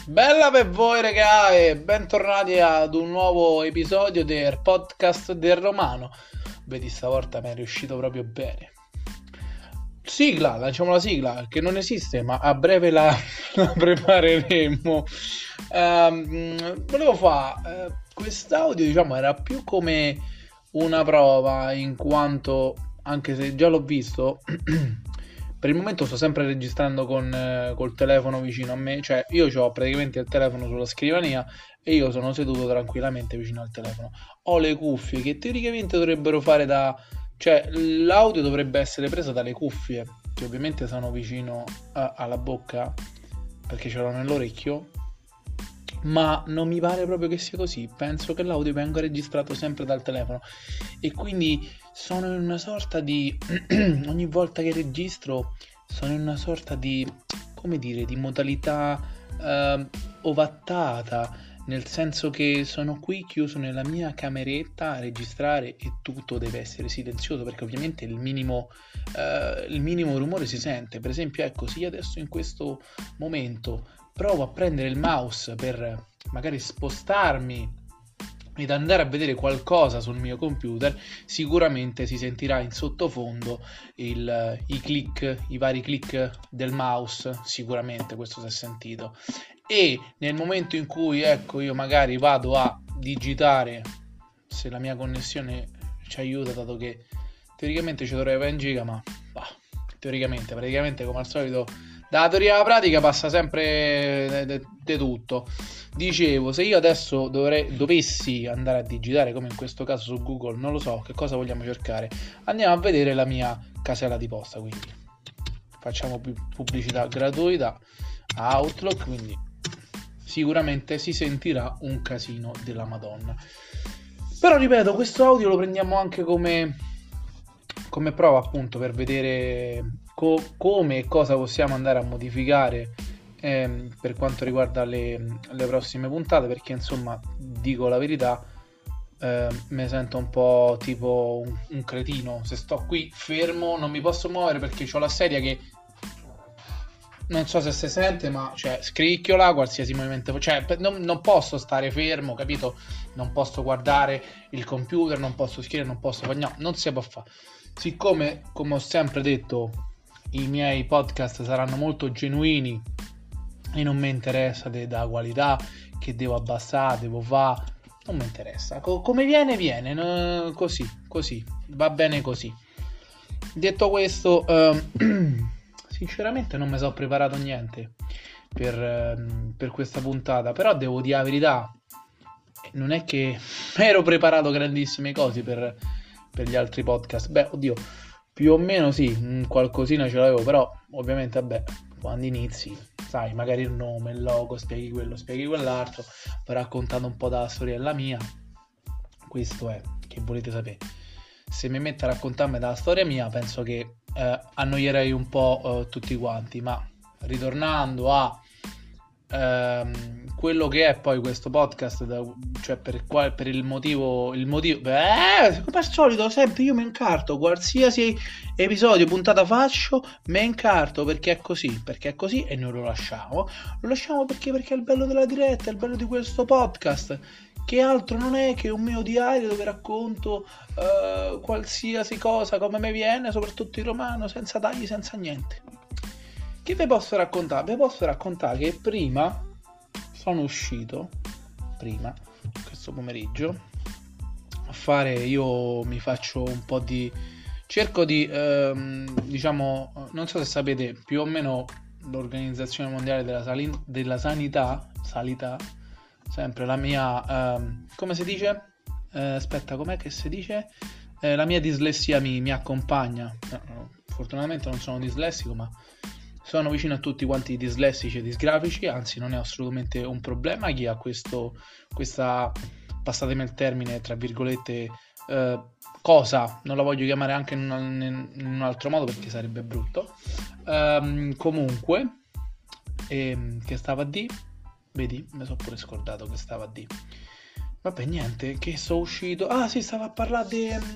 Bella per voi regà e bentornati ad un nuovo episodio del podcast del Romano. Vedi, stavolta mi è riuscito proprio bene. Sigla, lanciamo la sigla che non esiste ma a breve la prepareremo. Volevo fare quest'audio, diciamo, era più come una prova in quanto, anche se già l'ho visto, per il momento sto sempre registrando col telefono vicino a me, cioè io ho praticamente il telefono sulla scrivania e io sono seduto tranquillamente vicino al telefono. Ho le cuffie che teoricamente dovrebbero fare cioè l'audio dovrebbe essere preso dalle cuffie, che ovviamente sono vicino alla bocca perché ce l'ho nell'orecchio, ma non mi pare proprio che sia così. Penso che l'audio venga registrato sempre dal telefono e quindi sono in una sorta di ogni volta che registro sono in una sorta di, come dire, di modalità ovattata, nel senso che sono qui chiuso nella mia cameretta a registrare e tutto deve essere silenzioso perché ovviamente il minimo rumore si sente. Per esempio, ecco, se io adesso in questo momento provo a prendere il mouse per magari spostarmi ed andare a vedere qualcosa sul mio computer, sicuramente si sentirà in sottofondo i vari click del mouse, sicuramente questo si è sentito. E nel momento in cui, ecco, io magari vado a digitare, se la mia connessione ci aiuta, dato che teoricamente ci dovrebbe avere in giga, ma teoricamente, praticamente come al solito, dalla teoria alla pratica passa sempre di tutto. Dicevo, se io adesso dovessi andare a digitare, come in questo caso su Google, non lo so che cosa vogliamo cercare, andiamo a vedere la mia casella di posta, quindi facciamo pubblicità gratuita a Outlook, quindi sicuramente si sentirà un casino della Madonna. Però ripeto, questo audio lo prendiamo anche come prova, appunto, per vedere come e cosa possiamo andare a modificare per quanto riguarda le prossime puntate, perché insomma, dico la verità, mi sento un po' tipo un cretino se sto qui fermo, non mi posso muovere perché ho la sedia che non so se si sente, ma cioè scricchiola qualsiasi movimento, cioè non posso stare fermo, capito? Non posso guardare il computer, non posso scrivere, non posso fare, no, non si può fare. Siccome, come ho sempre detto, i miei podcast saranno molto genuini e non mi interessa da qualità che devo abbassare, devo fare, non mi interessa. Come viene, così, va bene così. Detto questo, sinceramente non mi sono preparato niente per questa puntata, però devo dire la verità, non è che ero preparato grandissime cose per gli altri podcast. Beh, oddio, più o meno sì, qualcosina ce l'avevo, però ovviamente, vabbè, quando inizi, sai, magari il nome, il logo, spieghi quello, spieghi quell'altro, poi raccontando un po' dalla storiella mia. Questo è, che volete sapere. Se mi metto a raccontarmi dalla storia mia, penso che annoierei un po' tutti quanti, ma ritornando a quello che è poi questo podcast, cioè per il motivo come al solito sempre io mi incarto, qualsiasi episodio, puntata faccio, mi incarto perché è così e noi lo lasciamo perché è il bello della diretta, è il bello di questo podcast, che altro non è che un mio diario dove racconto qualsiasi cosa come mi viene, soprattutto in romano, senza tagli, senza niente. Che vi posso raccontare? Vi posso raccontare che prima sono uscito, questo pomeriggio, a fare, io mi faccio un po' cerco di, diciamo, non so se sapete, più o meno l'Organizzazione Mondiale della Sanità, sempre la mia, come si dice? Aspetta, com'è che si dice? La mia dislessia mi accompagna. Fortunatamente non sono dislessico, ma sono vicino a tutti quanti i dislessici e disgrafici, anzi non è assolutamente un problema chi ha questa, passatemi il termine, tra virgolette, cosa, non la voglio chiamare anche in un altro modo perché sarebbe brutto. Comunque, che stava a di? Vedi, mi sono pure scordato che stava a di. Vabbè, niente, che sono uscito. Ah sì, stava a parlare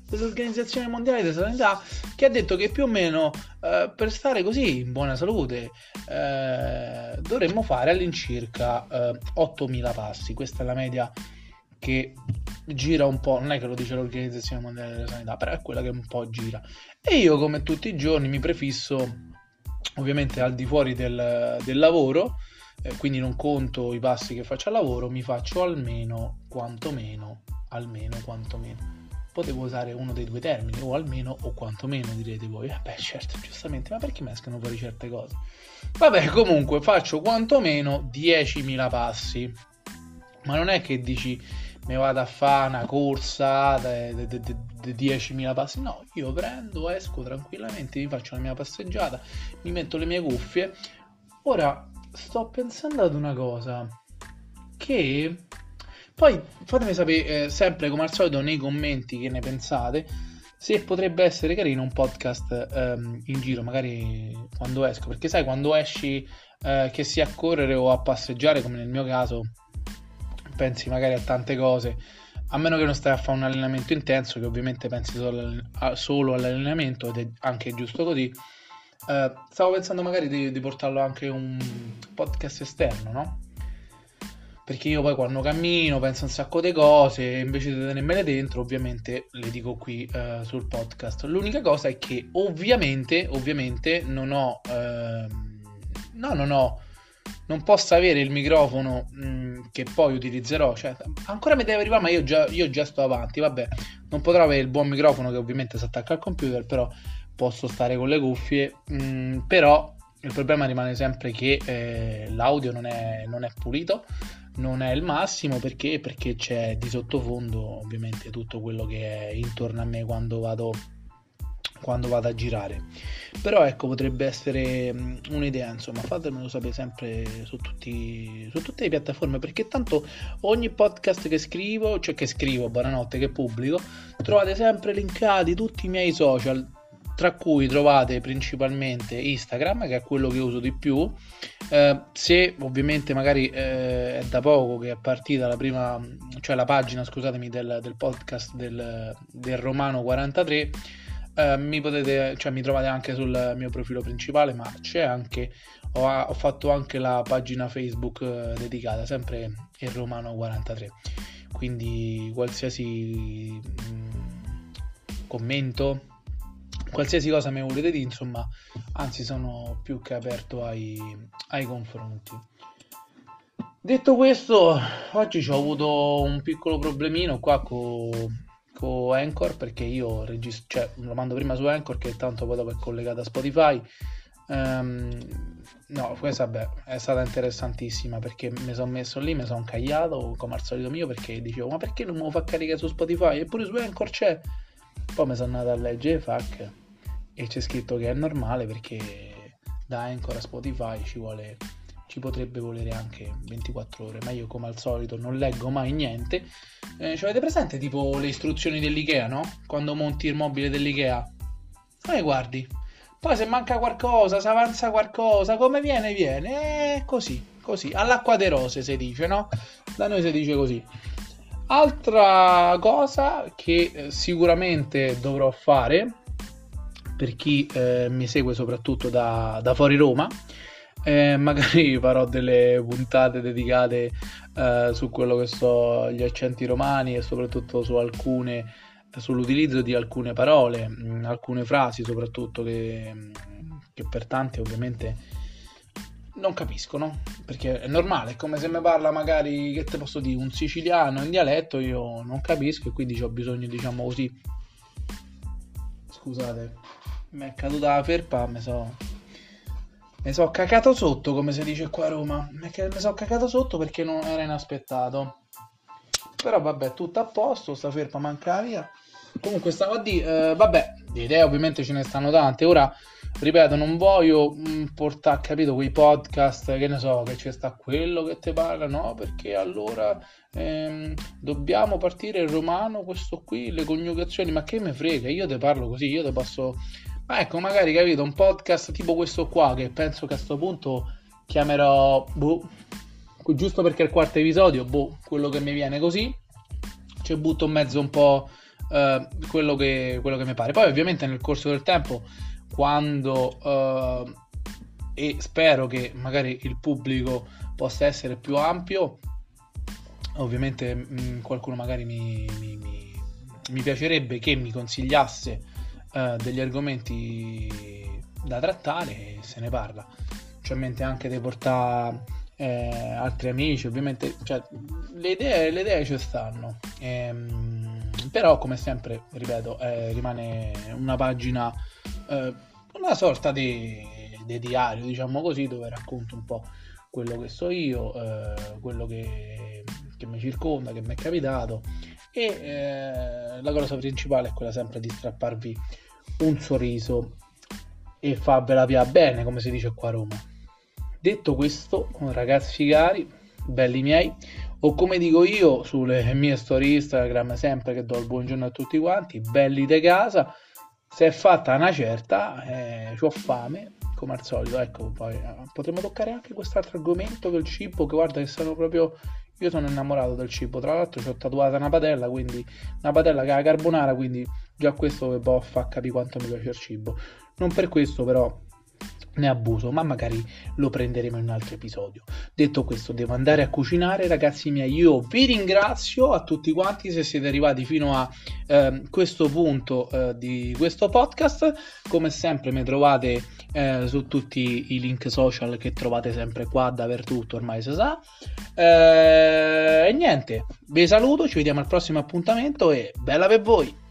dell'Organizzazione Mondiale della Sanità, che ha detto che più o meno per stare così in buona salute dovremmo fare all'incirca 8.000 passi. Questa è la media che gira un po', non è che lo dice l'Organizzazione Mondiale della Sanità, però è quella che un po' gira. E io, come tutti i giorni, mi prefisso, ovviamente al di fuori del lavoro, quindi non conto i passi che faccio al lavoro, mi faccio almeno quantomeno. Potevo usare uno dei due termini, o almeno o quantomeno, direte voi. Beh, certo, giustamente, ma perché mi escono fuori certe cose? Vabbè, comunque faccio quantomeno 10.000 passi. Ma non è che dici mi vado a fare una corsa di 10.000 passi, no, io prendo, esco tranquillamente, mi faccio la mia passeggiata, mi metto le mie cuffie. Ora sto pensando ad una cosa, che poi fatemi sapere sempre come al solito nei commenti che ne pensate, se potrebbe essere carino un podcast in giro, magari quando esco, perché sai, quando esci che sia a correre o a passeggiare, come nel mio caso, pensi magari a tante cose, a meno che non stai a fare un allenamento intenso, che ovviamente pensi solo all'allenamento, ed è anche giusto così. Stavo pensando magari di portarlo anche un podcast esterno, no? Perché io poi quando cammino penso un sacco di cose, invece di tenermele dentro, ovviamente le dico qui sul podcast. L'unica cosa è che ovviamente non ho... non posso avere il microfono che poi utilizzerò, cioè ancora mi deve arrivare, ma io già sto avanti, vabbè, non potrò avere il buon microfono che ovviamente si attacca al computer, però posso stare con le cuffie, però il problema rimane sempre che l'audio non è pulito, non è il massimo, perché c'è di sottofondo ovviamente tutto quello che è intorno a me quando vado a girare. Però ecco, potrebbe essere un'idea, insomma, fatemelo sapere sempre su tutte le piattaforme, perché tanto ogni podcast che scrivo, buonanotte, che pubblico, trovate sempre linkati tutti i miei social, tra cui trovate principalmente Instagram, che è quello che uso di più. Se ovviamente magari è da poco che è partita la prima, cioè la pagina, scusatemi, del podcast del Romano 43, mi trovate anche sul mio profilo principale, ma c'è anche, ho fatto anche la pagina Facebook dedicata, sempre il Romano 43, quindi qualsiasi commento, qualsiasi cosa mi volete dire, insomma, anzi sono più che aperto ai confronti. Detto questo, oggi ho avuto un piccolo problemino qua con Anchor, perché io lo mando prima su Anchor, che tanto poi dopo è collegata a Spotify. No, questa vabbè, è stata interessantissima, perché mi sono messo lì, mi sono incagliato come al solito mio, perché dicevo ma perché non me lo fa caricare su Spotify, eppure su Anchor c'è. Poi mi sono andato a leggere FAQ e c'è scritto che è normale, perché da Anchor a Spotify ci potrebbe volere anche 24 ore, ma io come al solito non leggo mai niente. Ci avete presente tipo le istruzioni dell'IKEA, no? Quando monti il mobile dell'IKEA, guardi, poi se manca qualcosa, se avanza qualcosa, come viene, così, all'acqua de rose si dice, no? Da noi si dice così. Altra cosa che sicuramente dovrò fare, per chi mi segue soprattutto da fuori Roma, magari farò delle puntate dedicate su quello che so gli accenti romani, e soprattutto sull'utilizzo di alcune parole, alcune frasi soprattutto che per tanti ovviamente non capiscono, perché è normale, è come se mi parla magari, che te posso dire, un siciliano in dialetto, io non capisco, e quindi ho bisogno, diciamo così, scusate, mi è caduta la felpa, mi so cacato sotto, come si dice qua a Roma, mi so cacato sotto perché non era inaspettato. Però vabbè, tutto a posto, sta felpa manca via. Comunque stavo a dire, vabbè, di idee ovviamente ce ne stanno tante. Ora, ripeto, non voglio portare, capito, quei podcast, che ne so, che c'è sta quello che te parla, no? Perché allora dobbiamo partire il romano, questo qui, le coniugazioni, ma che me frega, io te parlo così, io te posso... Ma ecco, magari, capito, un podcast tipo questo qua, che penso che a sto punto chiamerò, giusto perché è il quarto episodio, quello che mi viene così, ci butto in mezzo un po' quello che mi pare. Poi ovviamente nel corso del tempo, quando e spero che magari il pubblico possa essere più ampio, ovviamente qualcuno magari mi piacerebbe che mi consigliasse degli argomenti da trattare e se ne parla. C'ho in mente anche di portare altri amici, ovviamente, cioè, le idee ci stanno. Però come sempre, ripeto, rimane una pagina, una sorta di diario, diciamo così, dove racconto un po' quello che so io, quello che mi circonda, che mi è capitato, e la cosa principale è quella sempre di strapparvi un sorriso e farvela via bene, come si dice qua a Roma. Detto questo, ragazzi cari, belli miei, o come dico io sulle mie storie Instagram, sempre che do il buongiorno a tutti quanti, belli de casa, se è fatta una certa, c'ho fame, come al solito. Ecco, poi potremmo toccare anche quest'altro argomento, che il cibo, che guarda che sono proprio, io sono innamorato del cibo, tra l'altro ci ho tatuata una padella, quindi una padella che è la carbonara, quindi già questo che può far capire quanto mi piace il cibo. Non per questo però ne abuso, ma magari lo prenderemo in un altro episodio. Detto questo, devo andare a cucinare, ragazzi miei. Io vi ringrazio a tutti quanti se siete arrivati fino a questo punto di questo podcast. Come sempre mi trovate su tutti i link social che trovate sempre qua dappertutto, ormai si sa. E niente, vi saluto, ci vediamo al prossimo appuntamento e bella per voi!